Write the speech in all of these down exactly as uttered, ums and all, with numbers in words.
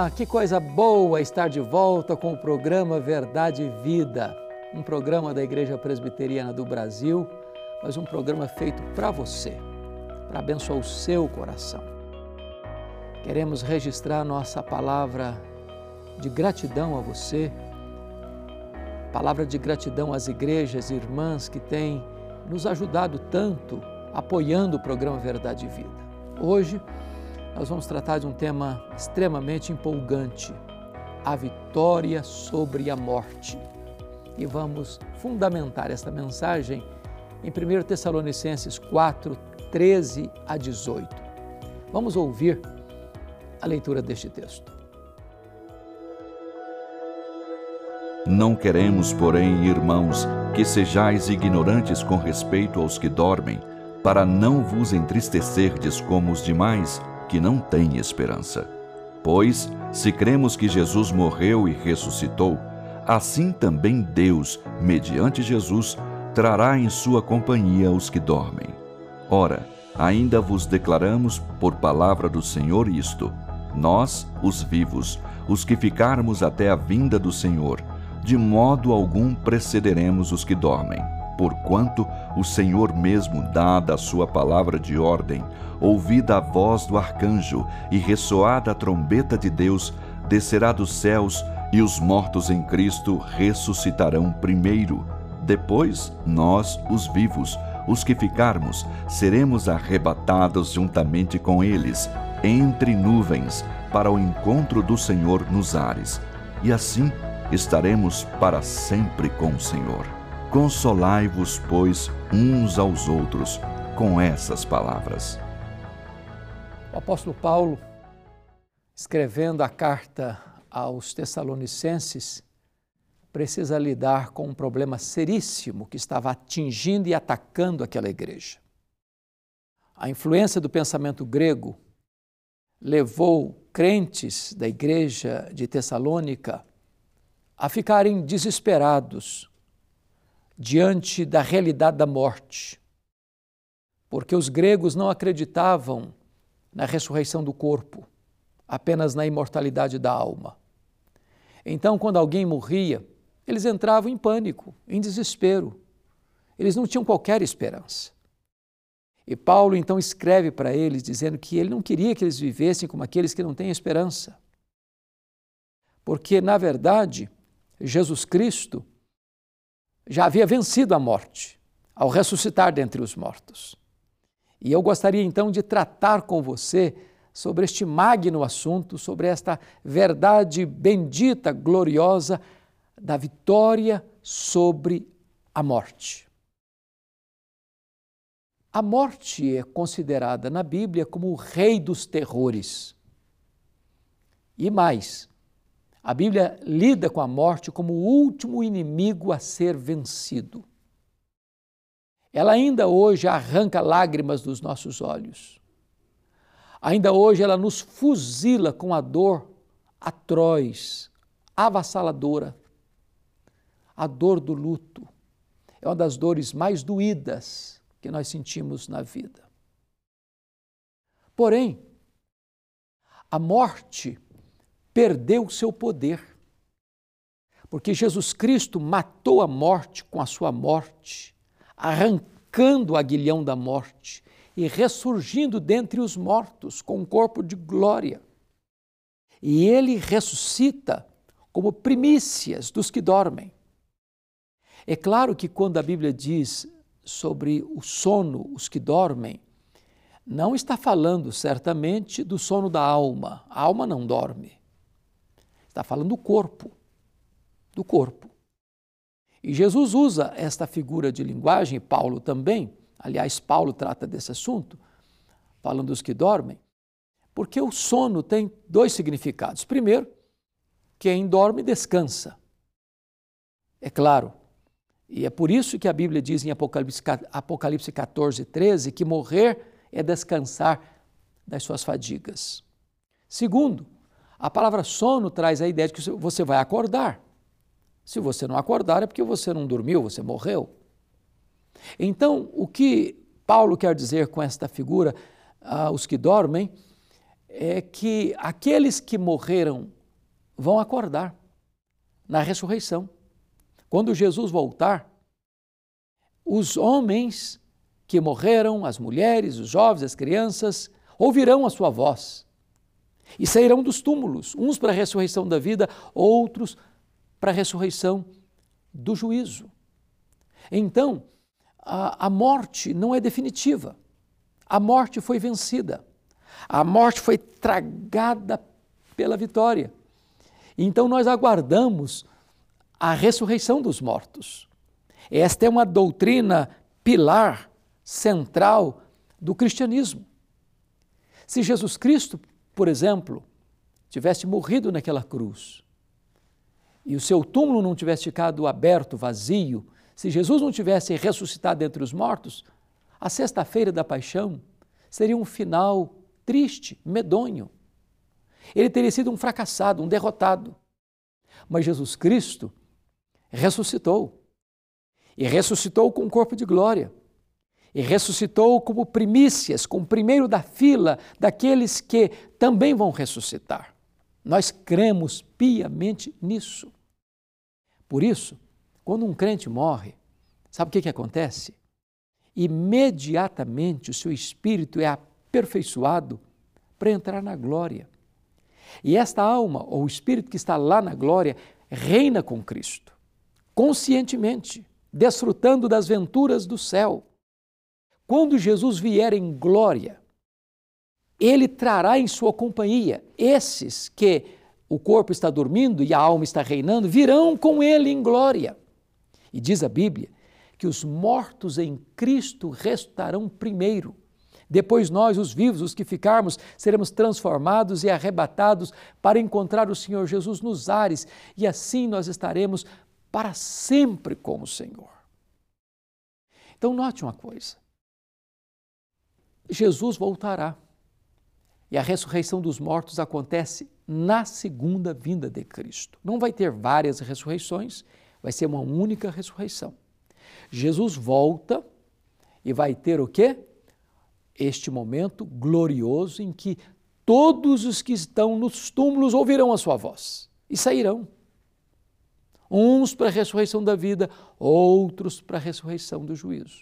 Olá, que coisa boa estar de volta com o programa Verdade e Vida, um programa da Igreja Presbiteriana do Brasil, mas um programa feito para você, para abençoar o seu coração. Queremos registrar nossa palavra de gratidão a você, palavra de gratidão às igrejas e irmãs que têm nos ajudado tanto, apoiando o programa Verdade e Vida. Hoje, nós vamos tratar de um tema extremamente empolgante, a vitória sobre a morte. E vamos fundamentar esta mensagem em primeira Tessalonicenses quatro, treze a dezoito. Vamos ouvir a leitura deste texto. Não queremos, porém, irmãos, que sejais ignorantes com respeito aos que dormem, para não vos entristecerdes como os demais, que não têm esperança. Pois, se cremos que Jesus morreu e ressuscitou, assim também Deus, mediante Jesus, trará em sua companhia os que dormem. Ora, ainda vos declaramos por palavra do Senhor isto: nós, os vivos, os que ficarmos até a vinda do Senhor, de modo algum precederemos os que dormem. Porquanto o Senhor mesmo, dada a sua palavra de ordem, ouvida a voz do arcanjo e ressoada a trombeta de Deus, descerá dos céus, e os mortos em Cristo ressuscitarão primeiro. Depois, nós, os vivos, os que ficarmos, seremos arrebatados juntamente com eles, entre nuvens, para o encontro do Senhor nos ares. E assim estaremos para sempre com o Senhor. Consolai-vos, pois, uns aos outros, com essas palavras. O apóstolo Paulo, escrevendo a carta aos Tessalonicenses, precisa lidar com um problema seríssimo que estava atingindo e atacando aquela igreja. A influência do pensamento grego levou crentes da igreja de Tessalônica a ficarem desesperados diante da realidade da morte, porque os gregos não acreditavam na ressurreição do corpo, apenas na imortalidade da alma. Então, quando alguém morria, eles entravam em pânico, em desespero. Eles não tinham qualquer esperança. E Paulo então escreve para eles dizendo que ele não queria que eles vivessem como aqueles que não têm esperança. Porque, na verdade, Jesus Cristo já havia vencido a morte ao ressuscitar dentre os mortos. E eu gostaria então de tratar com você sobre este magno assunto, sobre esta verdade bendita, gloriosa da vitória sobre a morte. A morte é considerada na Bíblia como o rei dos terrores. E mais, a Bíblia lida com a morte como o último inimigo a ser vencido. Ela ainda hoje arranca lágrimas dos nossos olhos. Ainda hoje ela nos fuzila com a dor atroz, avassaladora. A dor do luto é uma das dores mais doídas que nós sentimos na vida. Porém, a morte perdeu o seu poder, porque Jesus Cristo matou a morte com a sua morte, arrancando o aguilhão da morte e ressurgindo dentre os mortos com um corpo de glória. E ele ressuscita como primícias dos que dormem. É claro que quando a Bíblia diz sobre o sono, os que dormem, não está falando certamente do sono da alma. A alma não dorme. Está falando do corpo, do corpo. E Jesus usa esta figura de linguagem, Paulo também, aliás, Paulo trata desse assunto, falando dos que dormem, porque o sono tem dois significados. Primeiro, quem dorme descansa. É claro, e é por isso que a Bíblia diz em Apocalipse, Apocalipse catorze, treze, que morrer é descansar das suas fadigas. Segundo, a palavra sono traz a ideia de que você vai acordar. Se você não acordar é porque você não dormiu, você morreu. Então, o que Paulo quer dizer com esta figura, ah, os que dormem, é que aqueles que morreram vão acordar na ressurreição. Quando Jesus voltar, os homens que morreram, as mulheres, os jovens, as crianças, ouvirão a sua voz e sairão dos túmulos, uns para a ressurreição da vida, outros para a ressurreição do juízo. Então, a, a morte não é definitiva. A morte foi vencida. A morte foi tragada pela vitória. Então, nós aguardamos a ressurreição dos mortos. Esta é uma doutrina pilar, central do cristianismo. Se Jesus Cristo, por exemplo, tivesse morrido naquela cruz e o seu túmulo não tivesse ficado aberto, vazio, se Jesus não tivesse ressuscitado entre os mortos, a sexta-feira da paixão seria um final triste, medonho. Ele teria sido um fracassado, um derrotado. Mas Jesus Cristo ressuscitou. E ressuscitou com um corpo de glória. E ressuscitou como primícias, como primeiro da fila daqueles que também vão ressuscitar. Nós cremos piamente nisso. Por isso, quando um crente morre, sabe o que que acontece? Imediatamente o seu espírito é aperfeiçoado para entrar na glória. E esta alma, ou o espírito que está lá na glória, reina com Cristo, conscientemente, desfrutando das venturas do céu. Quando Jesus vier em glória, Ele trará em sua companhia esses que o corpo está dormindo e a alma está reinando, virão com Ele em glória. E diz a Bíblia que os mortos em Cristo ressuscitarão primeiro. Depois nós, os vivos, os que ficarmos, seremos transformados e arrebatados para encontrar o Senhor Jesus nos ares, e assim nós estaremos para sempre com o Senhor. Então note uma coisa, Jesus voltará e a ressurreição dos mortos acontece na segunda vinda de Cristo. Não vai ter várias ressurreições, vai ser uma única ressurreição. Jesus volta e vai ter o quê? Este momento glorioso em que todos os que estão nos túmulos ouvirão a sua voz e sairão. Uns para a ressurreição da vida, outros para a ressurreição do juízo.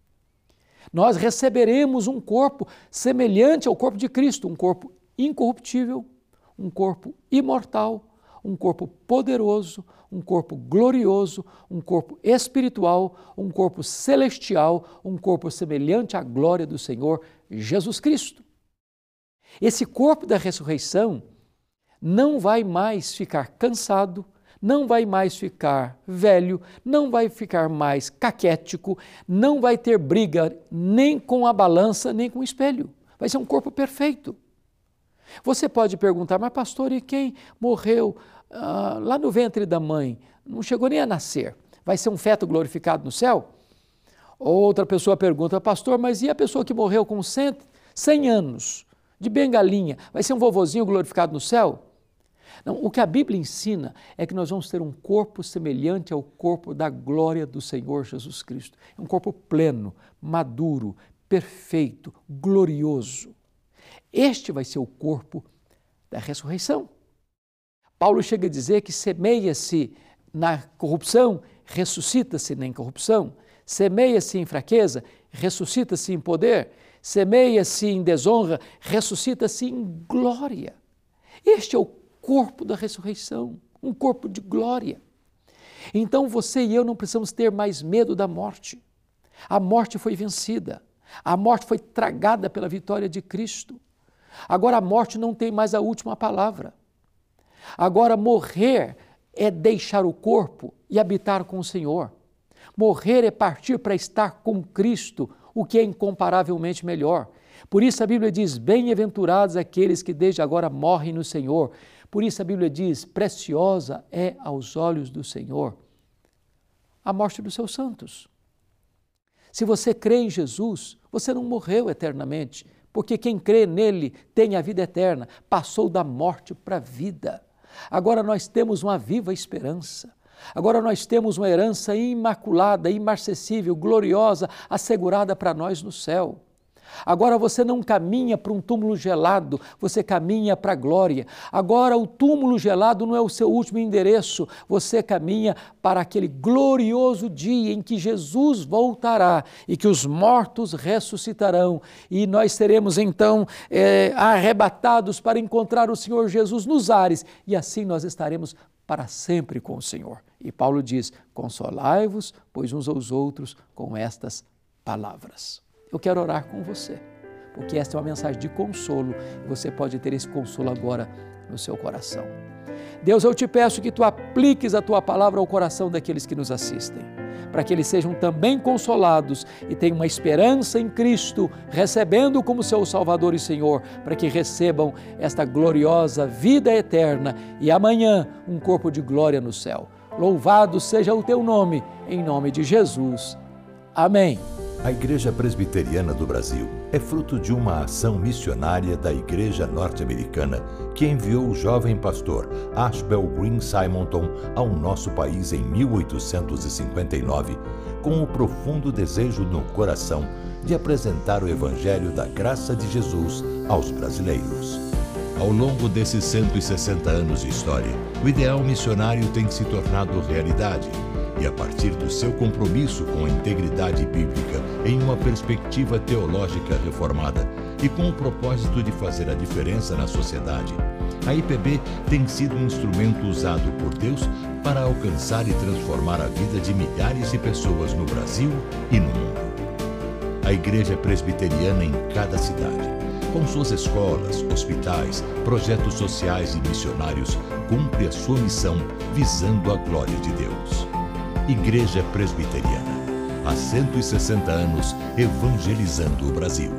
Nós receberemos um corpo semelhante ao corpo de Cristo, um corpo incorruptível, um corpo imortal, um corpo poderoso, um corpo glorioso, um corpo espiritual, um corpo celestial, um corpo semelhante à glória do Senhor Jesus Cristo. Esse corpo da ressurreição não vai mais ficar cansado, não vai mais ficar velho, não vai ficar mais caquético, não vai ter briga nem com a balança, nem com o espelho. Vai ser um corpo perfeito. Você pode perguntar, mas pastor, e quem morreu ah, lá no ventre da mãe, não chegou nem a nascer, vai ser um feto glorificado no céu? Outra pessoa pergunta, pastor, mas e a pessoa que morreu com cem anos, de bengalinha, vai ser um vovozinho glorificado no céu? Não, o que a Bíblia ensina é que nós vamos ter um corpo semelhante ao corpo da glória do Senhor Jesus Cristo. Um corpo pleno, maduro, perfeito, glorioso. Este vai ser o corpo da ressurreição. Paulo chega a dizer que semeia-se na corrupção, ressuscita-se na incorrupção, semeia-se em fraqueza, ressuscita-se em poder, semeia-se em desonra, ressuscita-se em glória. Este é o corpo da ressurreição, um corpo de glória. Então você e eu não precisamos ter mais medo da morte. A morte foi vencida, a morte foi tragada pela vitória de Cristo. Agora a morte não tem mais a última palavra. Agora morrer é deixar o corpo e habitar com o Senhor. Morrer é partir para estar com Cristo, o que é incomparavelmente melhor. Por isso a Bíblia diz, bem-aventurados aqueles que desde agora morrem no Senhor. Por isso a Bíblia diz, preciosa é aos olhos do Senhor a morte dos seus santos. Se você crê em Jesus, você não morreu eternamente, porque quem crê nele tem a vida eterna, passou da morte para a vida. Agora nós temos uma viva esperança. Agora nós temos uma herança imaculada, imarcessível, gloriosa, assegurada para nós no céu. Agora você não caminha para um túmulo gelado, você caminha para a glória. Agora o túmulo gelado não é o seu último endereço, você caminha para aquele glorioso dia em que Jesus voltará e que os mortos ressuscitarão. E nós seremos então é, arrebatados para encontrar o Senhor Jesus nos ares e assim nós estaremos para sempre com o Senhor. E Paulo diz, consolai-vos, pois uns aos outros com estas palavras. Eu quero orar com você, porque esta é uma mensagem de consolo e você pode ter esse consolo agora no seu coração. Deus, eu te peço que tu apliques a tua palavra ao coração daqueles que nos assistem, para que eles sejam também consolados e tenham uma esperança em Cristo, recebendo como seu Salvador e Senhor, para que recebam esta gloriosa vida eterna e amanhã um corpo de glória no céu. Louvado seja o teu nome, em nome de Jesus. Amém. A Igreja Presbiteriana do Brasil é fruto de uma ação missionária da Igreja Norte-Americana que enviou o jovem pastor Ashbel Green Simonton ao nosso país em mil oitocentos e cinquenta e nove, com o profundo desejo no coração de apresentar o Evangelho da graça de Jesus aos brasileiros. Ao longo desses cento e sessenta anos de história, o ideal missionário tem se tornado realidade. E a partir do seu compromisso com a integridade bíblica em uma perspectiva teológica reformada e com o propósito de fazer a diferença na sociedade, a I P B tem sido um instrumento usado por Deus para alcançar e transformar a vida de milhares de pessoas no Brasil e no mundo. A Igreja Presbiteriana em cada cidade, com suas escolas, hospitais, projetos sociais e missionários, cumpre a sua missão visando a glória de Deus. Igreja Presbiteriana, há cento e sessenta anos, evangelizando o Brasil.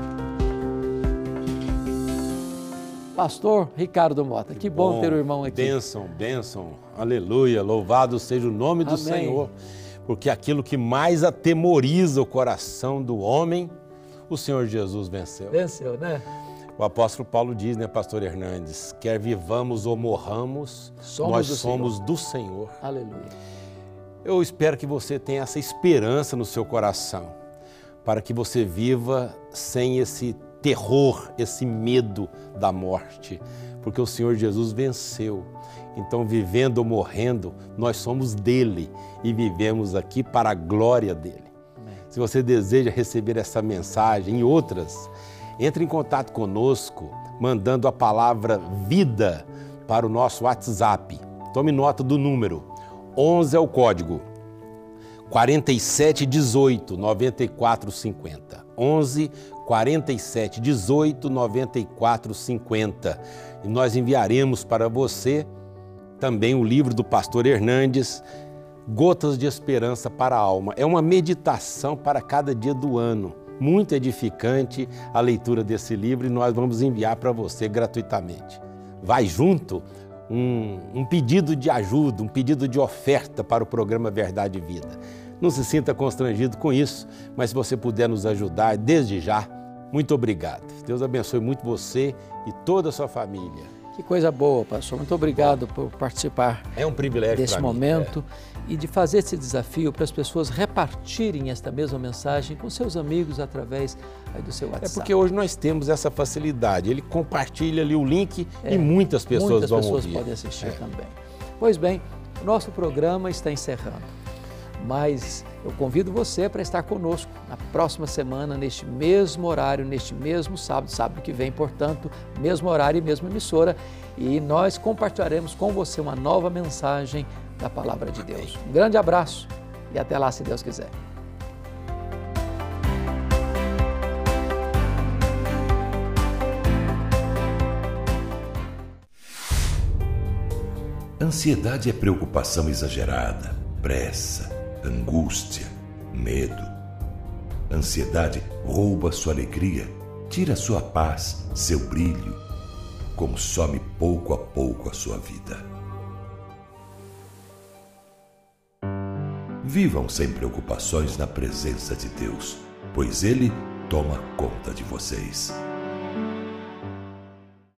Pastor Ricardo Mota, que bom, bom ter o irmão aqui. Bênção, bênção, aleluia, louvado seja o nome do Amém. Senhor, porque aquilo que mais atemoriza o coração do homem, o Senhor Jesus venceu. Venceu, né? O apóstolo Paulo diz, né, pastor Hernandes, quer vivamos ou morramos, somos nós do somos Senhor. do Senhor. Aleluia. Eu espero que você tenha essa esperança no seu coração, para que você viva sem esse terror, esse medo da morte, porque o Senhor Jesus venceu. Então, vivendo ou morrendo, nós somos dele e vivemos aqui para a glória dele. Amém. Se você deseja receber essa mensagem e outras, entre em contato conosco, mandando a palavra vida para o nosso WhatsApp. Tome nota do número. onze é o código, quarenta e sete, dezoito, noventa e quatro, cinquenta. onze, quarenta e sete, dezoito, noventa e quatro, cinquenta. E nós enviaremos para você também o livro do pastor Hernandes, Gotas de Esperança para a Alma. É uma meditação para cada dia do ano. Muito edificante a leitura desse livro e nós vamos enviar para você gratuitamente. Vai junto um, um pedido de ajuda, um pedido de oferta para o programa Verdade e Vida. Não se sinta constrangido com isso, mas se você puder nos ajudar, desde já, muito obrigado. Deus abençoe muito você e toda a sua família. Que coisa boa, pastor. Muito obrigado por participar é um privilégio desse momento mim, é. e de fazer esse desafio para as pessoas repartirem esta mesma mensagem com seus amigos através aí do seu WhatsApp. É porque hoje nós temos essa facilidade. Ele compartilha ali o link é, e muitas pessoas muitas vão pessoas ouvir. podem assistir é. também. Pois bem, o nosso programa está encerrando. Mas eu convido você para estar conosco na próxima semana, neste mesmo horário, neste mesmo sábado, sábado que vem, portanto, mesmo horário e mesma emissora, e nós compartilharemos com você uma nova mensagem da Palavra de Deus. Um grande abraço e até lá, se Deus quiser. Ansiedade é preocupação exagerada, pressa, angústia, medo. Ansiedade rouba sua alegria, tira sua paz, seu brilho, consome pouco a pouco a sua vida. Vivam sem preocupações na presença de Deus, pois Ele toma conta de vocês.